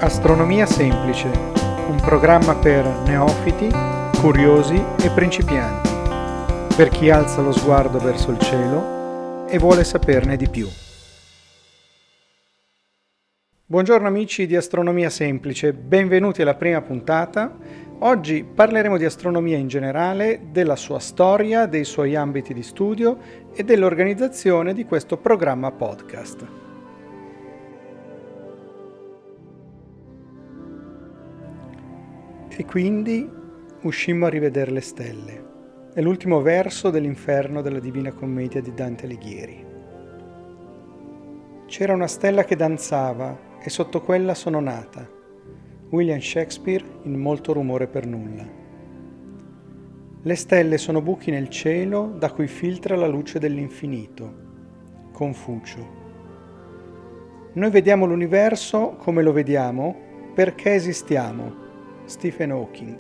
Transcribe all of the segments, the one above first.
Astronomia semplice, un programma per neofiti, curiosi e principianti, per chi alza lo sguardo verso il cielo e vuole saperne di più. Buongiorno amici di Astronomia Semplice, benvenuti alla prima puntata. Oggi parleremo di astronomia in generale, della sua storia, dei suoi ambiti di studio e dell'organizzazione di questo programma podcast. E quindi uscimmo a rivedere le stelle. È l'ultimo verso dell'Inferno della Divina Commedia di Dante Alighieri. C'era una stella che danzava e sotto quella sono nata. William Shakespeare in Molto rumore per nulla. Le stelle sono buchi nel cielo da cui filtra la luce dell'infinito. Confucio. Noi vediamo l'universo come lo vediamo perché esistiamo. Stephen Hawking.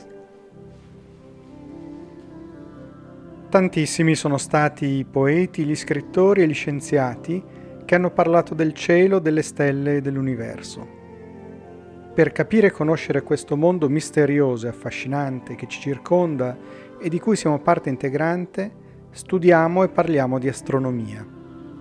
Tantissimi sono stati i poeti, gli scrittori e gli scienziati che hanno parlato del cielo, delle stelle e dell'universo. Per capire e conoscere questo mondo misterioso e affascinante che ci circonda e di cui siamo parte integrante, studiamo e parliamo di astronomia.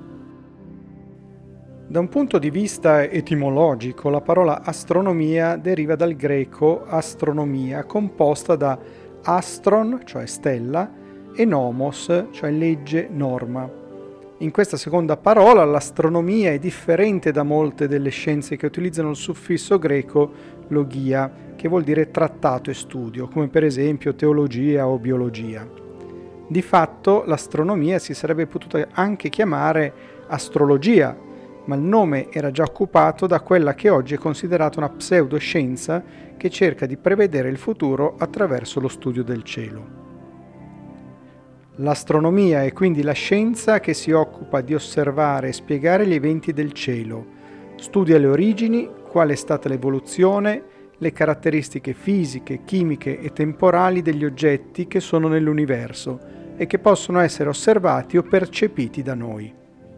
Da un punto di vista etimologico, la parola astronomia deriva dal greco astronomia, composta da astron, cioè stella, e nomos, cioè legge, norma. In questa seconda parola l'astronomia è differente da molte delle scienze che utilizzano il suffisso greco logia, che vuol dire trattato e studio, come per esempio teologia o biologia. Di fatto l'astronomia si sarebbe potuta anche chiamare astrologia, ma il nome era già occupato da quella che oggi è considerata una pseudoscienza che cerca di prevedere il futuro attraverso lo studio del cielo. L'astronomia è quindi la scienza che si occupa di osservare e spiegare gli eventi del cielo, studia le origini, qual è stata l'evoluzione, le caratteristiche fisiche, chimiche e temporali degli oggetti che sono nell'universo e che possono essere osservati o percepiti da noi.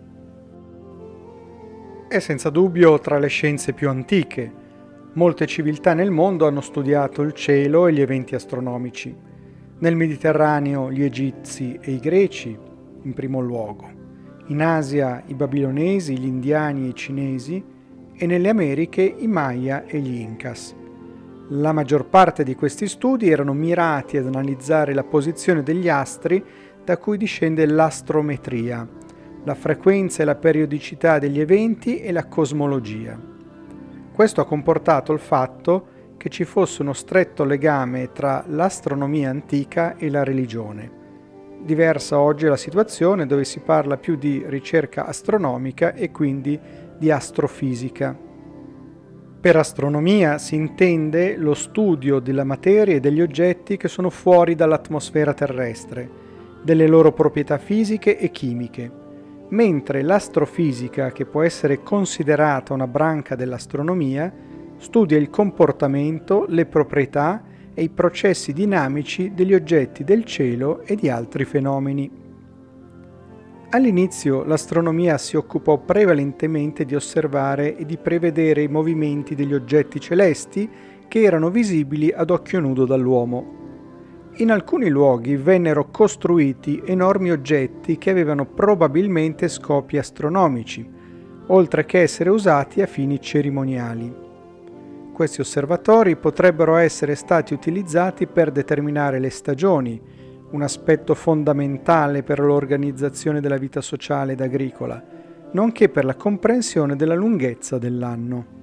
È senza dubbio tra le scienze più antiche. Molte civiltà nel mondo hanno studiato il cielo e gli eventi astronomici. Nel Mediterraneo gli egizi e i greci, in primo luogo. In Asia i babilonesi, gli indiani e i cinesi e nelle Americhe i Maya e gli Incas. La maggior parte di questi studi erano mirati ad analizzare la posizione degli astri da cui discende l'astrometria, la frequenza e la periodicità degli eventi e la cosmologia. Questo ha comportato il fatto che ci fosse uno stretto legame tra l'astronomia antica e la religione. Diversa oggi è la situazione dove si parla più di ricerca astronomica e quindi di astrofisica. Per astronomia si intende lo studio della materia e degli oggetti che sono fuori dall'atmosfera terrestre, delle loro proprietà fisiche e chimiche, mentre l'astrofisica, che può essere considerata una branca dell'astronomia, studia il comportamento, le proprietà e i processi dinamici degli oggetti del cielo e di altri fenomeni. All'inizio l'astronomia si occupò prevalentemente di osservare e di prevedere i movimenti degli oggetti celesti che erano visibili ad occhio nudo dall'uomo. In alcuni luoghi vennero costruiti enormi oggetti che avevano probabilmente scopi astronomici, oltre che essere usati a fini cerimoniali. Questi osservatori potrebbero essere stati utilizzati per determinare le stagioni, un aspetto fondamentale per l'organizzazione della vita sociale ed agricola, nonché per la comprensione della lunghezza dell'anno.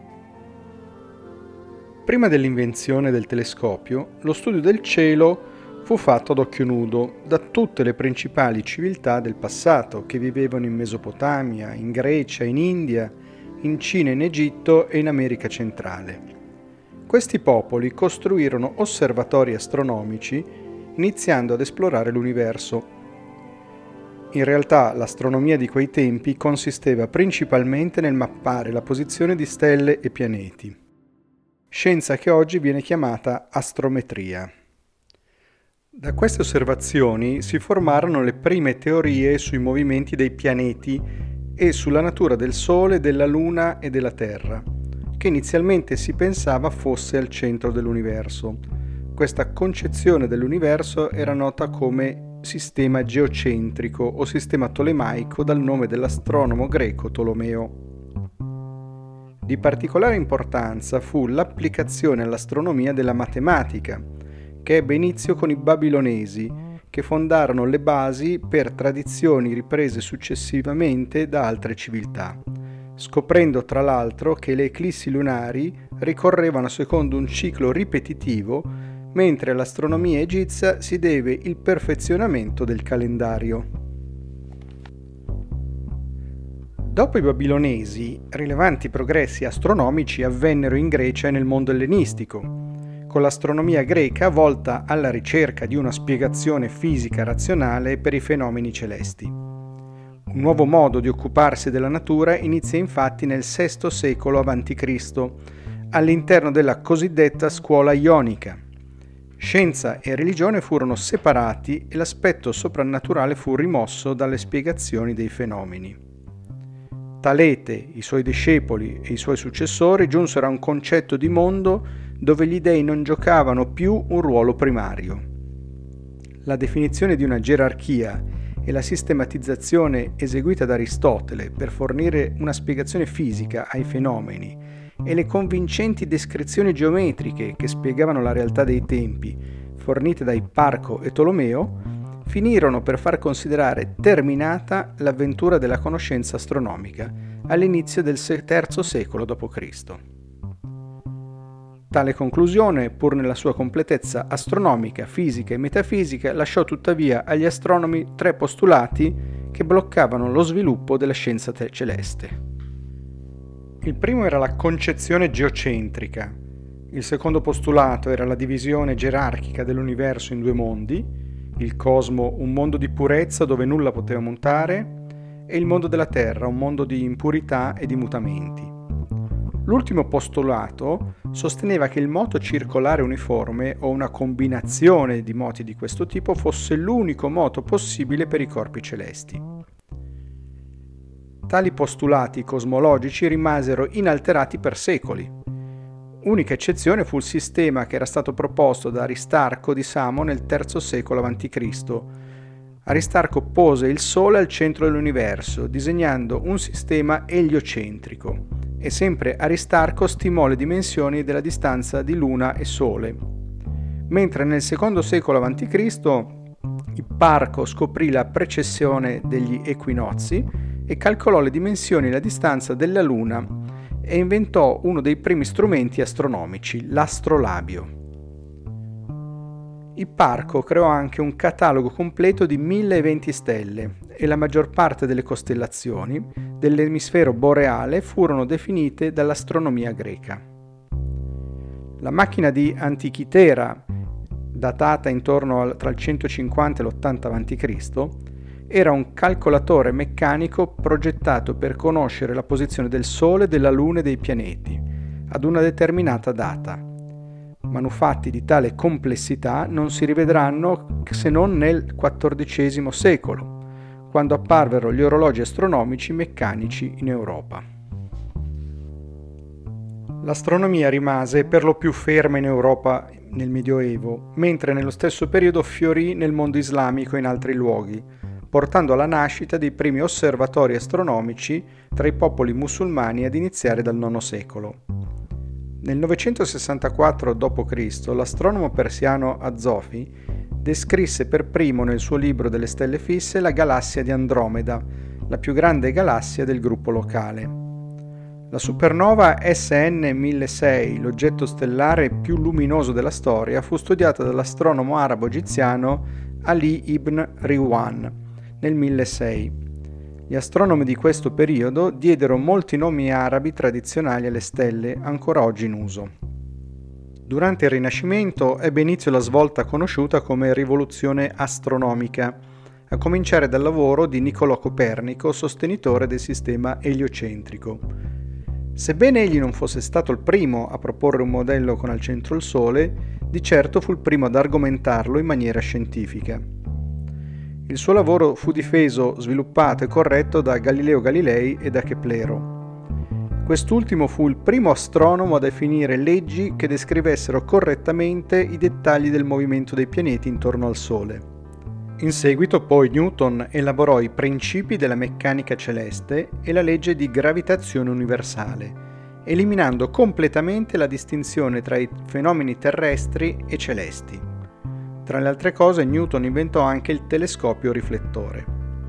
Prima dell'invenzione del telescopio, lo studio del cielo fu fatto ad occhio nudo da tutte le principali civiltà del passato che vivevano in Mesopotamia, in Grecia, in India, in Cina, in Egitto e in America centrale. Questi popoli costruirono osservatori astronomici iniziando ad esplorare l'universo. In realtà l'astronomia di quei tempi consisteva principalmente nel mappare la posizione di stelle e pianeti, scienza che oggi viene chiamata astrometria. Da queste osservazioni si formarono le prime teorie sui movimenti dei pianeti e sulla natura del Sole, della Luna e della Terra, che inizialmente si pensava fosse al centro dell'universo. Questa concezione dell'universo era nota come sistema geocentrico o sistema tolemaico dal nome dell'astronomo greco Tolomeo. Di particolare importanza fu l'applicazione all'astronomia della matematica, che ebbe inizio con i babilonesi, che fondarono le basi per tradizioni riprese successivamente da altre civiltà, scoprendo tra l'altro che le eclissi lunari ricorrevano secondo un ciclo ripetitivo, mentre all'astronomia egizia si deve il perfezionamento del calendario. Dopo i babilonesi, rilevanti progressi astronomici avvennero in Grecia e nel mondo ellenistico, con l'astronomia greca volta alla ricerca di una spiegazione fisica razionale per i fenomeni celesti. Un nuovo modo di occuparsi della natura inizia infatti nel VI secolo a.C., all'interno della cosiddetta scuola ionica. Scienza e religione furono separati e l'aspetto soprannaturale fu rimosso dalle spiegazioni dei fenomeni. Talete, i suoi discepoli e i suoi successori giunsero a un concetto di mondo dove gli dei non giocavano più un ruolo primario. La definizione di una gerarchia e la sistematizzazione eseguita da Aristotele per fornire una spiegazione fisica ai fenomeni e le convincenti descrizioni geometriche che spiegavano la realtà dei tempi, fornite da Ipparco e Tolomeo, finirono per far considerare terminata l'avventura della conoscenza astronomica all'inizio del III secolo d.C. Tale conclusione, pur nella sua completezza astronomica, fisica e metafisica, lasciò tuttavia agli astronomi 3 postulati che bloccavano lo sviluppo della scienza celeste. Il primo era la concezione geocentrica, il secondo postulato era la divisione gerarchica dell'universo in 2 mondi, il cosmo un mondo di purezza dove nulla poteva mutare, e il mondo della Terra, un mondo di impurità e di mutamenti. L'ultimo postulato sosteneva che il moto circolare uniforme o una combinazione di moti di questo tipo fosse l'unico moto possibile per i corpi celesti. Tali postulati cosmologici rimasero inalterati per secoli. Unica eccezione fu il sistema che era stato proposto da Aristarco di Samo nel III secolo a.C. Aristarco pose il Sole al centro dell'universo, disegnando un sistema eliocentrico, e sempre Aristarco stimò le dimensioni della distanza di Luna e Sole. Mentre nel II secolo a.C. Ipparco scoprì la precessione degli equinozi e calcolò le dimensioni e la distanza della Luna e inventò uno dei primi strumenti astronomici, l'astrolabio. Ipparco creò anche un catalogo completo di 1020 stelle e la maggior parte delle costellazioni dell'emisfero boreale furono definite dall'astronomia greca. La macchina di Antichitera, datata intorno tra il 150 e l'80 a.C., era un calcolatore meccanico progettato per conoscere la posizione del Sole, della Luna e dei pianeti ad una determinata data. Manufatti di tale complessità non si rivedranno se non nel XIV secolo, quando apparvero gli orologi astronomici meccanici in Europa. L'astronomia rimase per lo più ferma in Europa nel Medioevo, mentre nello stesso periodo fiorì nel mondo islamico e in altri luoghi, portando alla nascita dei primi osservatori astronomici tra i popoli musulmani ad iniziare dal IX secolo. Nel 964 d.C. l'astronomo persiano Az-Zofi descrisse per primo nel suo libro delle stelle fisse la galassia di Andromeda, la più grande galassia del gruppo locale. La supernova SN 1006, l'oggetto stellare più luminoso della storia, fu studiata dall'astronomo arabo-egiziano Ali ibn Riwan nel 1006. Gli astronomi di questo periodo diedero molti nomi arabi tradizionali alle stelle, ancora oggi in uso. Durante il Rinascimento ebbe inizio la svolta conosciuta come rivoluzione astronomica, a cominciare dal lavoro di Niccolò Copernico, sostenitore del sistema eliocentrico. Sebbene egli non fosse stato il primo a proporre un modello con al centro il Sole, di certo fu il primo ad argomentarlo in maniera scientifica. Il suo lavoro fu difeso, sviluppato e corretto da Galileo Galilei e da Keplero. Quest'ultimo fu il primo astronomo a definire leggi che descrivessero correttamente i dettagli del movimento dei pianeti intorno al Sole. In seguito poi Newton elaborò i principi della meccanica celeste e la legge di gravitazione universale, eliminando completamente la distinzione tra i fenomeni terrestri e celesti. Tra le altre cose, Newton inventò anche il telescopio riflettore.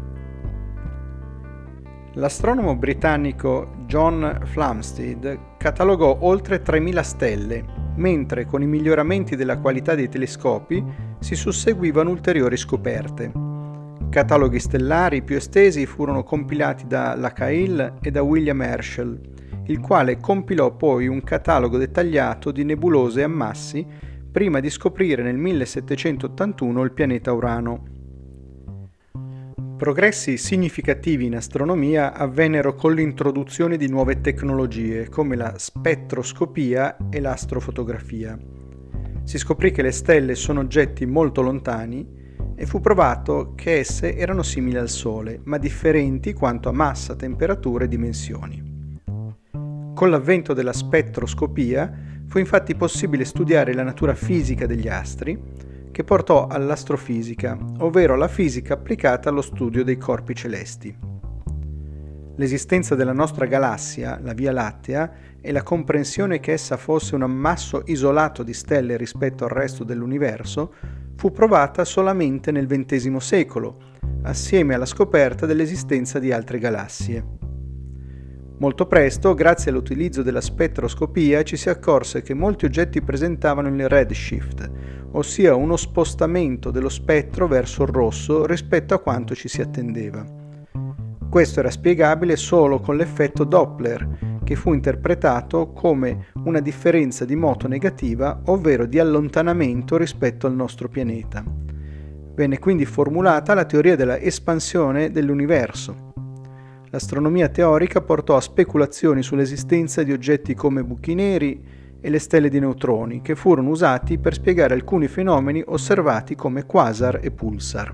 L'astronomo britannico John Flamsteed catalogò oltre 3.000 stelle, mentre con i miglioramenti della qualità dei telescopi si susseguivano ulteriori scoperte. Cataloghi stellari più estesi furono compilati da Lacaille e da William Herschel, il quale compilò poi un catalogo dettagliato di nebulose e ammassi prima di scoprire nel 1781 il pianeta Urano. Progressi significativi in astronomia avvennero con l'introduzione di nuove tecnologie come la spettroscopia e l'astrofotografia. Si scoprì che le stelle sono oggetti molto lontani e fu provato che esse erano simili al Sole, ma differenti quanto a massa, temperatura e dimensioni. Con l'avvento della spettroscopia fu infatti possibile studiare la natura fisica degli astri, che portò all'astrofisica, ovvero la fisica applicata allo studio dei corpi celesti. L'esistenza della nostra galassia, la Via Lattea, e la comprensione che essa fosse un ammasso isolato di stelle rispetto al resto dell'universo fu provata solamente nel XX secolo, assieme alla scoperta dell'esistenza di altre galassie. Molto presto, grazie all'utilizzo della spettroscopia, ci si accorse che molti oggetti presentavano il redshift, ossia uno spostamento dello spettro verso il rosso rispetto a quanto ci si attendeva. Questo era spiegabile solo con l'effetto Doppler, che fu interpretato come una differenza di moto negativa, ovvero di allontanamento rispetto al nostro pianeta. Venne quindi formulata la teoria della espansione dell'universo. L'astronomia teorica portò a speculazioni sull'esistenza di oggetti come buchi neri e le stelle di neutroni, che furono usati per spiegare alcuni fenomeni osservati come quasar e pulsar.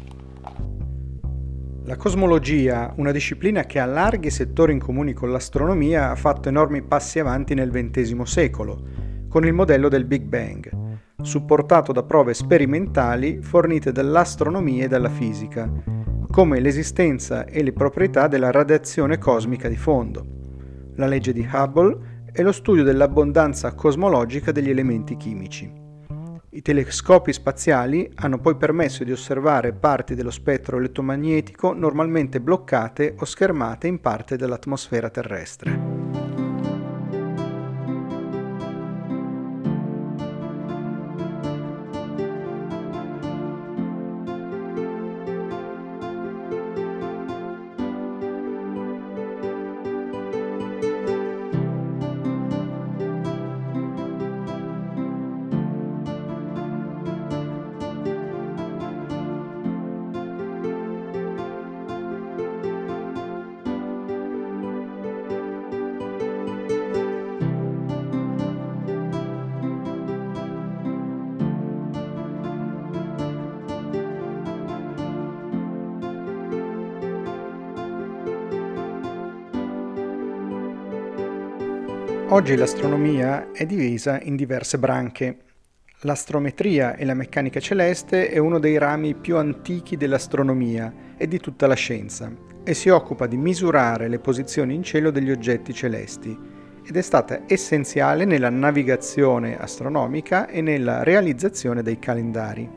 La cosmologia, una disciplina che ha larghi settori in comuni con l'astronomia, ha fatto enormi passi avanti nel XX secolo, con il modello del Big Bang, supportato da prove sperimentali fornite dall'astronomia e dalla fisica, come l'esistenza e le proprietà della radiazione cosmica di fondo, la legge di Hubble e lo studio dell'abbondanza cosmologica degli elementi chimici. I telescopi spaziali hanno poi permesso di osservare parti dello spettro elettromagnetico normalmente bloccate o schermate in parte dall'atmosfera terrestre. Oggi l'astronomia è divisa in diverse branche. L'astrometria e la meccanica celeste è uno dei rami più antichi dell'astronomia e di tutta la scienza, e si occupa di misurare le posizioni in cielo degli oggetti celesti, ed è stata essenziale nella navigazione astronomica e nella realizzazione dei calendari.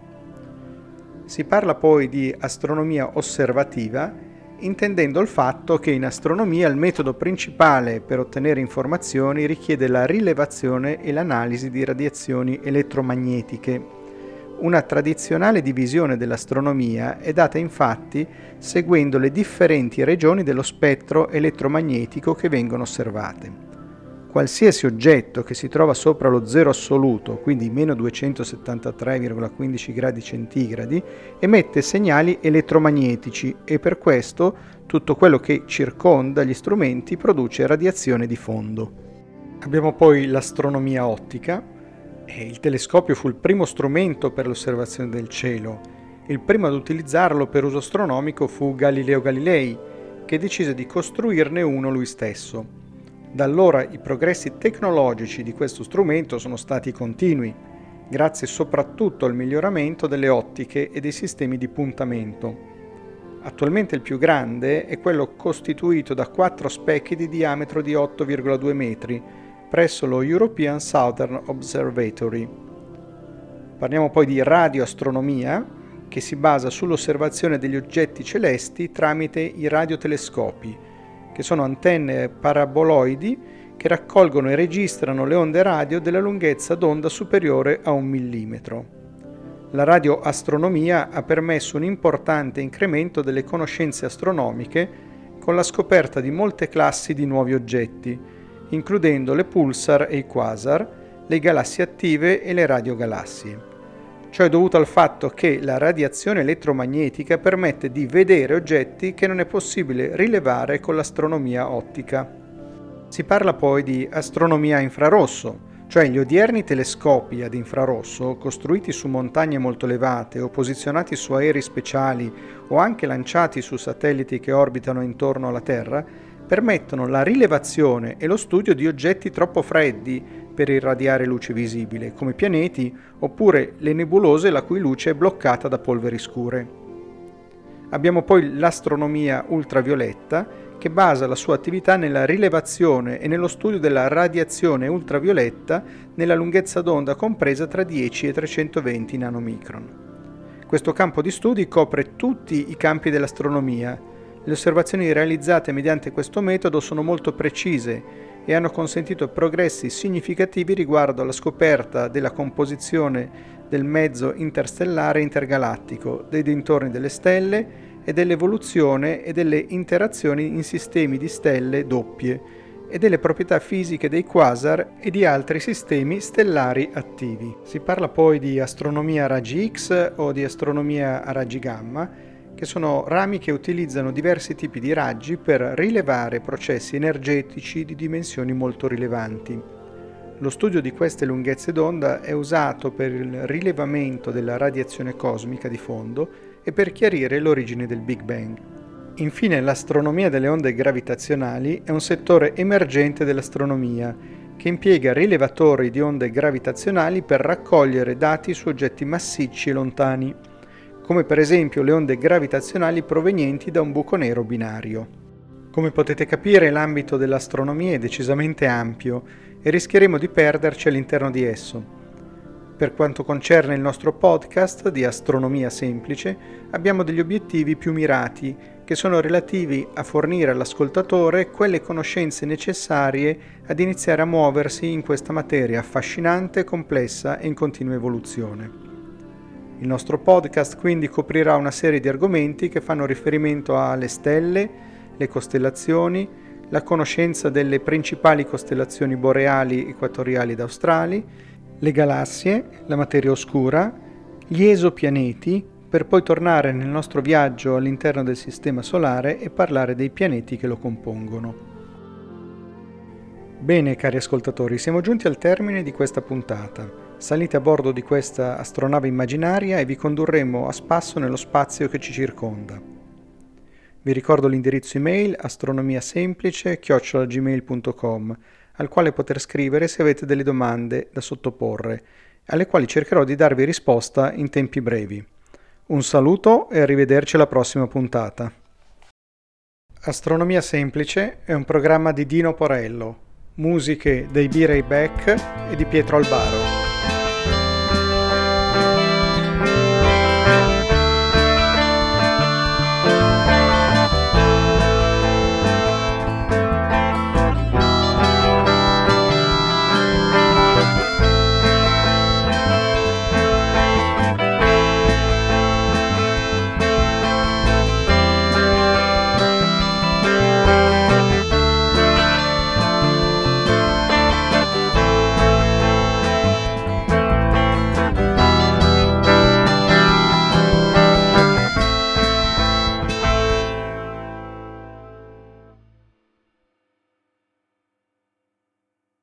Si parla poi di astronomia osservativa, intendendo il fatto che in astronomia il metodo principale per ottenere informazioni richiede la rilevazione e l'analisi di radiazioni elettromagnetiche. Una tradizionale divisione dell'astronomia è data infatti seguendo le differenti regioni dello spettro elettromagnetico che vengono osservate. Qualsiasi oggetto che si trova sopra lo zero assoluto, quindi meno 273,15 gradi centigradi, emette segnali elettromagnetici e per questo tutto quello che circonda gli strumenti produce radiazione di fondo. Abbiamo poi l'astronomia ottica. Il telescopio fu il primo strumento per l'osservazione del cielo. Il primo ad utilizzarlo per uso astronomico fu Galileo Galilei, che decise di costruirne uno lui stesso. Da allora i progressi tecnologici di questo strumento sono stati continui, grazie soprattutto al miglioramento delle ottiche e dei sistemi di puntamento. Attualmente il più grande è quello costituito da 4 specchi di diametro di 8,2 metri presso lo European Southern Observatory. Parliamo poi di radioastronomia, che si basa sull'osservazione degli oggetti celesti tramite i radiotelescopi, che sono antenne paraboloidi che raccolgono e registrano le onde radio della lunghezza d'onda superiore a 1 millimetro. La radioastronomia ha permesso un importante incremento delle conoscenze astronomiche con la scoperta di molte classi di nuovi oggetti, includendo le pulsar e i quasar, le galassie attive e le radiogalassie. Ciò è dovuto al fatto che la radiazione elettromagnetica permette di vedere oggetti che non è possibile rilevare con l'astronomia ottica. Si parla poi di astronomia a infrarosso, cioè gli odierni telescopi ad infrarosso, costruiti su montagne molto elevate o posizionati su aerei speciali o anche lanciati su satelliti che orbitano intorno alla Terra, permettono la rilevazione e lo studio di oggetti troppo freddi per irradiare luce visibile, come pianeti oppure le nebulose la cui luce è bloccata da polveri scure. Abbiamo poi l'astronomia ultravioletta, che basa la sua attività nella rilevazione e nello studio della radiazione ultravioletta nella lunghezza d'onda compresa tra 10 e 320 nanomicron. Questo campo di studi copre tutti i campi dell'astronomia. Le osservazioni realizzate mediante questo metodo sono molto precise e hanno consentito progressi significativi riguardo alla scoperta della composizione del mezzo interstellare intergalattico, dei dintorni delle stelle e dell'evoluzione e delle interazioni in sistemi di stelle doppie e delle proprietà fisiche dei quasar e di altri sistemi stellari attivi. Si parla poi di astronomia a raggi X o di astronomia a raggi gamma, che sono rami che utilizzano diversi tipi di raggi per rilevare processi energetici di dimensioni molto rilevanti. Lo studio di queste lunghezze d'onda è usato per il rilevamento della radiazione cosmica di fondo e per chiarire l'origine del Big Bang. Infine, l'astronomia delle onde gravitazionali è un settore emergente dell'astronomia che impiega rilevatori di onde gravitazionali per raccogliere dati su oggetti massicci e lontani, come per esempio le onde gravitazionali provenienti da un buco nero binario. Come potete capire, l'ambito dell'astronomia è decisamente ampio e rischieremo di perderci all'interno di esso. Per quanto concerne il nostro podcast di Astronomia Semplice, abbiamo degli obiettivi più mirati, che sono relativi a fornire all'ascoltatore quelle conoscenze necessarie ad iniziare a muoversi in questa materia affascinante, complessa e in continua evoluzione. Il nostro podcast quindi coprirà una serie di argomenti che fanno riferimento alle stelle, le costellazioni, la conoscenza delle principali costellazioni boreali, equatoriali ed australi, le galassie, la materia oscura, gli esopianeti, per poi tornare nel nostro viaggio all'interno del Sistema Solare e parlare dei pianeti che lo compongono. Bene, cari ascoltatori, siamo giunti al termine di questa puntata. Salite a bordo di questa astronave immaginaria e vi condurremo a spasso nello spazio che ci circonda. Vi ricordo l'indirizzo email astronomiasemplice@gmail.com, al quale poter scrivere se avete delle domande da sottoporre, alle quali cercherò di darvi risposta in tempi brevi. Un saluto e arrivederci alla prossima puntata. Astronomia Semplice è un programma di Dino Porello, musiche dei B-Ray Beck e di Pietro Albaro.